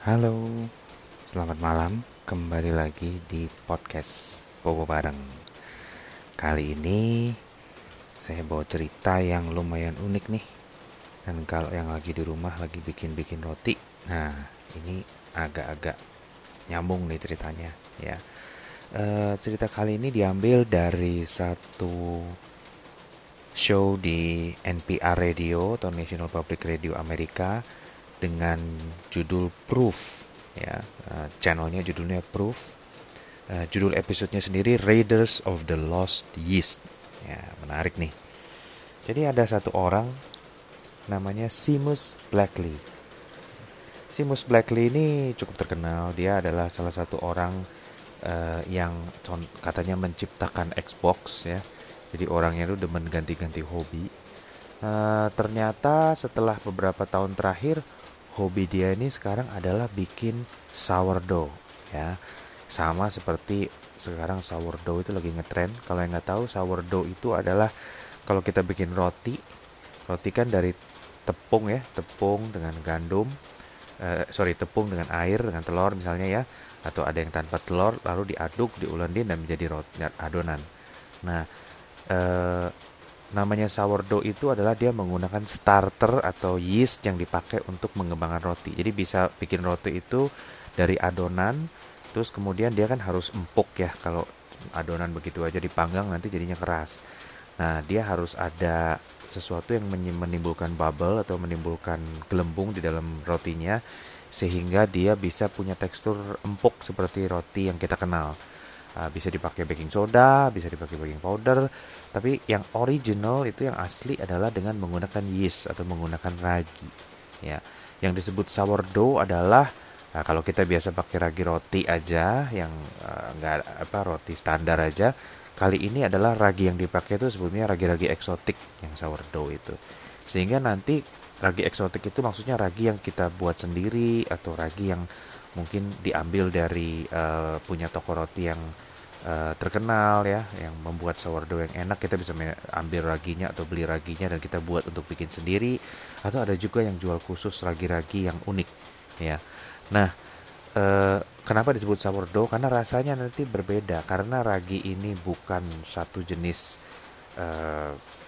Halo, selamat malam. Kembali lagi di podcast Bobo Bareng. Kali ini saya bawa cerita yang lumayan unik nih. Dan kalau yang lagi di rumah lagi bikin-bikin roti, nah ini agak-agak nyambung nih ceritanya ya. Cerita kali ini diambil dari satu show di NPR Radio atau National Public Radio Amerika dengan judul Proof ya. Channelnya judulnya Proof. Judul episodenya sendiri Raiders of the Lost Yeast. Ya, menarik nih. Jadi ada satu orang namanya Seamus Blackley. Seamus Blackley ini cukup terkenal. Dia adalah salah satu orang yang katanya menciptakan Xbox ya. Jadi orangnya itu demen ganti-ganti hobi. Ternyata setelah beberapa tahun terakhir, hobi dia ini sekarang adalah bikin sourdough ya. Sama seperti sekarang sourdough itu lagi ngetren. Kalau yang nggak tahu, sourdough itu adalah kalau kita bikin roti, roti kan dari tepung ya, tepung dengan gandum, tepung dengan air, dengan telur misalnya ya, atau ada yang tanpa telur, lalu diaduk, diulendin dan menjadi roti adonan. Nah, eh, namanya sourdough itu adalah dia menggunakan starter atau yeast yang dipakai untuk mengembangkan roti. Jadi bisa bikin roti itu dari adonan, terus kemudian dia kan harus empuk ya. Kalau adonan begitu aja dipanggang nanti jadinya keras. Nah, dia harus ada sesuatu yang menimbulkan bubble atau menimbulkan gelembung di dalam rotinya sehingga dia bisa punya tekstur empuk seperti roti yang kita kenal. Bisa dipakai baking soda, bisa dipakai baking powder, tapi yang original itu yang asli adalah dengan menggunakan yeast atau menggunakan ragi. Ya, yang disebut sourdough adalah kalau kita biasa pakai ragi roti aja, yang nggak apa roti standar aja. Kali ini adalah ragi yang dipakai itu sebetulnya ragi-ragi eksotik yang sourdough itu. Sehingga nanti ragi eksotik itu maksudnya ragi yang kita buat sendiri atau ragi yang mungkin diambil dari punya toko roti yang terkenal ya, yang membuat sourdough yang enak. Kita bisa ambil raginya atau beli raginya dan kita buat untuk bikin sendiri. Atau ada juga yang jual khusus ragi-ragi yang unik ya. Nah, kenapa disebut sourdough? Karena rasanya nanti berbeda karena ragi ini bukan satu jenis eh,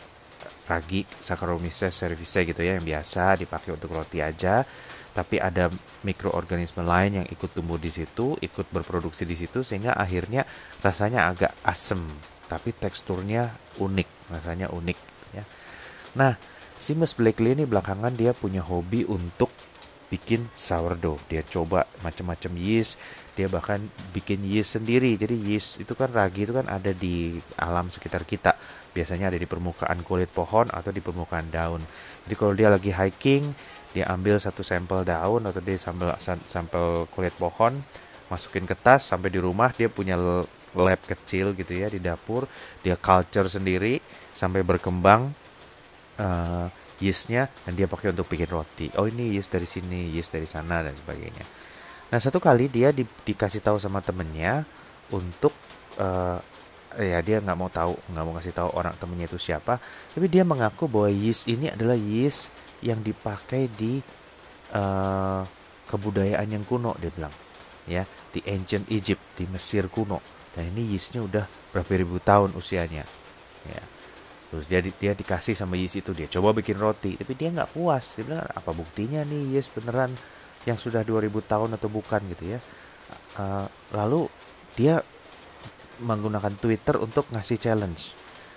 ragi Saccharomyces cerevisiae gitu ya yang biasa dipakai untuk roti aja, tapi ada mikroorganisme lain yang ikut tumbuh di situ, ikut berproduksi di situ sehingga akhirnya rasanya agak asem, tapi teksturnya unik, rasanya unik ya. Nah, si Mas Blakely ini belakangan dia punya hobi untuk bikin sourdough. Dia coba macam-macam yeast, dia bahkan bikin yeast sendiri. Jadi yeast itu kan ragi itu kan ada di alam sekitar kita. Biasanya ada di permukaan kulit pohon atau di permukaan daun. Jadi kalau dia lagi hiking, dia ambil satu sampel daun atau dia sampel kulit pohon, masukin ke tas sampai di rumah dia punya lab kecil gitu ya di dapur, dia culture sendiri sampai berkembang eh, yeastnya dan dia pakai untuk bikin roti. Oh ini yeast dari sini, yeast dari sana dan sebagainya. Nah satu kali dia dikasih tahu sama temennya untuk eh, ya dia nggak mau kasih tahu orang temennya itu siapa, tapi dia mengaku bahwa yeast ini adalah yeast yang dipakai di eh, kebudayaan yang kuno dia bilang ya di ancient Egypt di Mesir kuno dan ini yeastnya udah berapa ribu tahun usianya ya. Terus dia dikasih sama yeast itu, dia coba bikin roti, tapi dia nggak puas. Dia bilang apa buktinya nih yeast beneran yang sudah 2000 tahun atau bukan gitu ya. Lalu dia menggunakan Twitter untuk ngasih challenge.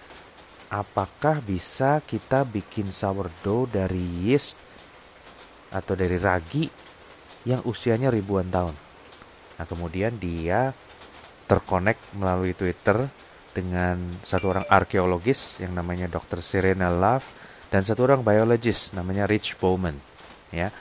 Apakah bisa kita bikin sourdough dari yeast atau dari ragi yang usianya ribuan tahun? Nah kemudian dia terkonek melalui Twitter dengan satu orang arkeologis yang namanya Dr. Serena Love dan satu orang biologis namanya Rich Bowman ya.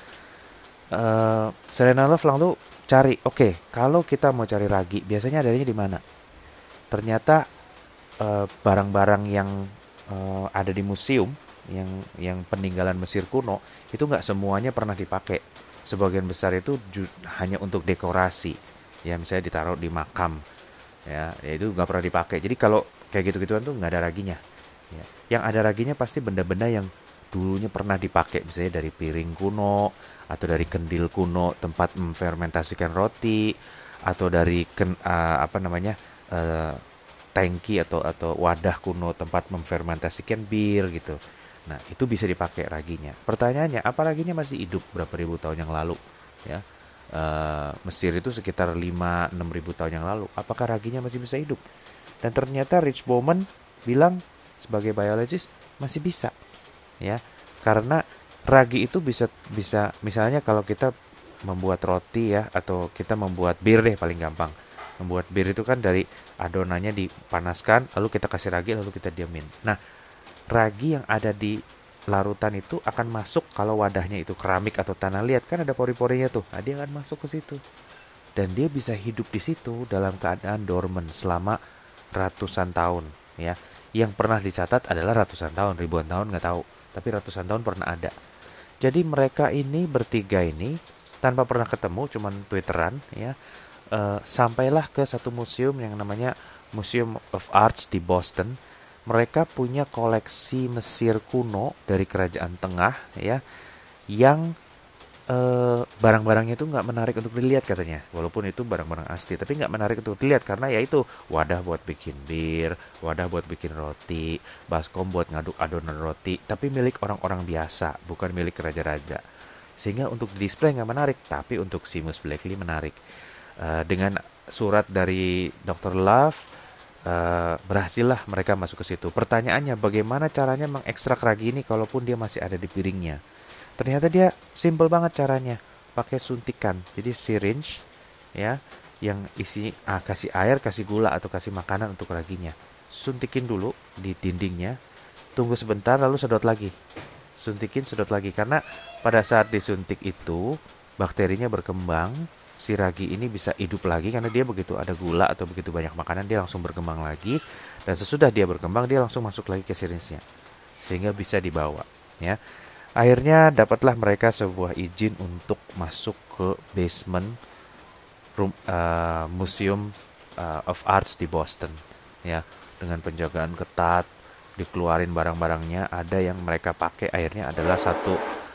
Serena Love langsung cari, oke, kalau kita mau cari ragi biasanya adanya di mana. Ternyata barang-barang yang ada di museum yang peninggalan Mesir kuno itu nggak semuanya pernah dipakai. Sebagian besar itu hanya untuk dekorasi ya, misalnya ditaruh di makam ya itu nggak pernah dipakai. Jadi kalau kayak gitu-gituan tuh nggak ada raginya ya. Yang ada raginya pasti benda-benda yang dulunya pernah dipakai misalnya dari piring kuno atau dari kendil kuno tempat memfermentasikan roti atau dari apa namanya eh, tangki atau wadah kuno tempat memfermentasikan bir gitu. Nah, itu bisa dipakai raginya. Pertanyaannya, apa raginya masih hidup berapa ribu tahun yang lalu? Ya, Mesir itu sekitar 5-6 ribu tahun yang lalu. Apakah raginya masih bisa hidup? Dan ternyata Rich Bowman bilang sebagai biologis masih bisa, ya, karena ragi itu bisa bisa misalnya kalau kita membuat roti ya atau kita membuat bir deh paling gampang. Membuat bir itu kan dari adonannya dipanaskan, lalu kita kasih ragi, lalu kita diamin. Nah, ragi yang ada di larutan itu akan masuk kalau wadahnya itu keramik atau tanah liat kan ada pori-porinya tuh. Nah, dia akan masuk ke situ dan dia bisa hidup di situ dalam keadaan dormant selama ratusan tahun ya. Yang pernah dicatat adalah ratusan tahun, ribuan tahun nggak tahu, tapi ratusan tahun pernah ada. Jadi mereka ini bertiga ini tanpa pernah ketemu, cuman twitteran ya, sampailah ke satu museum yang namanya Museum of Arts di Boston. Mereka punya koleksi Mesir kuno dari Kerajaan Tengah ya, yang barang-barangnya itu nggak menarik untuk dilihat katanya. Walaupun itu barang-barang asli, tapi nggak menarik untuk dilihat karena ya itu wadah buat bikin bir, wadah buat bikin roti, baskom buat ngaduk adonan roti, tapi milik orang-orang biasa, bukan milik raja-raja. Sehingga untuk display nggak menarik, tapi untuk Seamus Blackley menarik. Dengan surat dari Dr. Love, berhasillah mereka masuk ke situ. Pertanyaannya, bagaimana caranya mengekstrak ragi ini kalaupun dia masih ada di piringnya? Ternyata dia simple banget caranya, pakai suntikan. Jadi syringe ya, yang isi kasih air, kasih gula atau kasih makanan untuk raginya. Suntikin dulu di dindingnya, tunggu sebentar lalu sedot lagi. Suntikin, sedot lagi karena pada saat disuntik itu bakterinya berkembang, si ragi ini bisa hidup lagi karena dia begitu ada gula atau begitu banyak makanan dia langsung berkembang lagi dan sesudah dia berkembang dia langsung masuk lagi ke syringe-nya sehingga bisa dibawa ya. Akhirnya dapatlah mereka sebuah izin untuk masuk ke basement Museum of Arts di Boston ya, dengan penjagaan ketat, dikeluarin barang-barangnya. Ada yang mereka pakai akhirnya adalah satu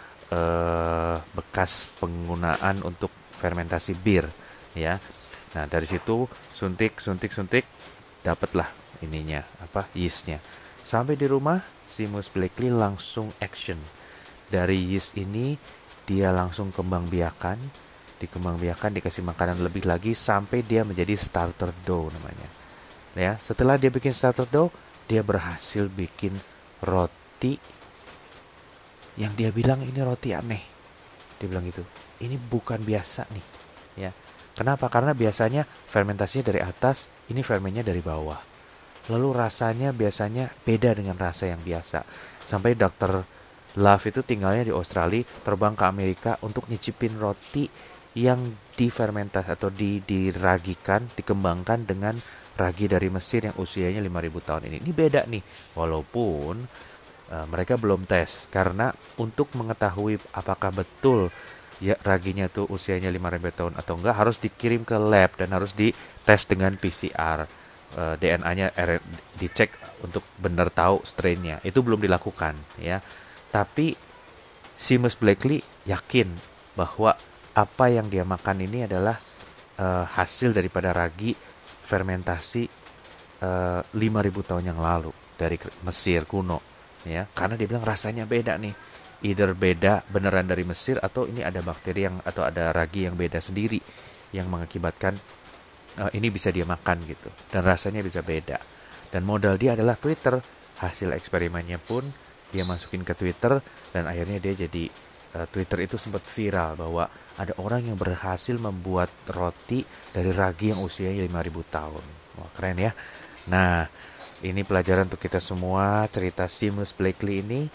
bekas penggunaan untuk fermentasi bir ya. Nah, dari situ suntik suntik suntik dapatlah ininya apa yeastnya. Sampai di rumah Seamus Blackley langsung action. Dari yeast ini dia langsung kembang biakan, dikembang biakan, dikasih makanan lebih lagi sampai dia menjadi starter dough namanya. Ya, setelah dia bikin starter dough, dia berhasil bikin roti yang dia bilang ini roti aneh. Dia bilang gitu. Ini bukan biasa nih, ya. Kenapa? Karena biasanya fermentasinya dari atas, ini fermennya dari bawah. Lalu rasanya biasanya beda dengan rasa yang biasa. Sampai dokter Love itu tinggalnya di Australia, terbang ke Amerika untuk nyicipin roti yang difermentasi atau diragikan, dikembangkan dengan ragi dari Mesir yang usianya 5.000 tahun ini. Ini beda nih, walaupun mereka belum tes karena untuk mengetahui apakah betul ya raginya tuh usianya 5.000 tahun atau enggak harus dikirim ke lab dan harus dites dengan PCR. DNA-nya dicek untuk benar tahu strainnya. Itu belum dilakukan ya. Tapi Seamus Blackley yakin bahwa apa yang dia makan ini adalah hasil daripada ragi fermentasi 5.000 tahun yang lalu dari Mesir kuno ya. Karena dia bilang rasanya beda nih. Either beda beneran dari Mesir atau ini ada bakteri yang atau ada ragi yang beda sendiri yang mengakibatkan ini bisa dia makan gitu dan rasanya bisa beda. Dan modal dia adalah Twitter. Hasil eksperimennya pun dia masukin ke Twitter dan akhirnya dia jadi Twitter itu sempat viral bahwa ada orang yang berhasil membuat roti dari ragi yang usianya 5.000 tahun. Wah, keren ya. Nah, ini pelajaran untuk kita semua. Cerita Seamus Blackley ini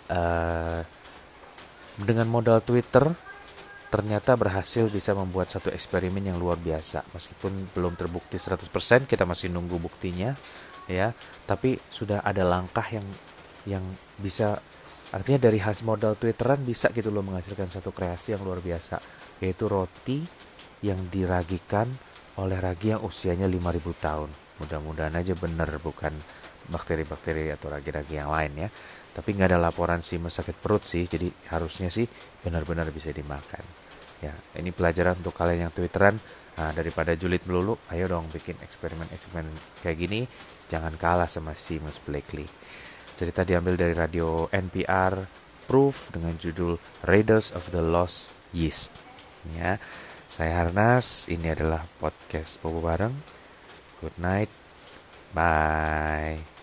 dengan modal Twitter ternyata berhasil bisa membuat satu eksperimen yang luar biasa. Meskipun belum terbukti 100%, kita masih nunggu buktinya ya. Tapi sudah ada langkah yang bisa, artinya dari hasil modal Twitteran bisa gitu loh menghasilkan satu kreasi yang luar biasa, yaitu roti yang diragikan oleh ragi yang usianya 5.000 tahun. Mudah-mudahan aja benar bukan bakteri-bakteri atau ragi-ragi yang lain ya. Tapi nggak ada laporan simes sakit perut sih, jadi harusnya sih benar-benar bisa dimakan. Ya, ini pelajaran untuk kalian yang twitteran. Nah, daripada julid melulu, ayo dong bikin eksperimen-eksperimen kayak gini. Jangan kalah sama Seamus Blakely. Cerita diambil dari radio NPR Proof dengan judul Raiders of the Lost Yeast. Ya, saya Harnas. Ini adalah podcast Bobo Bareng. Good night. Bye.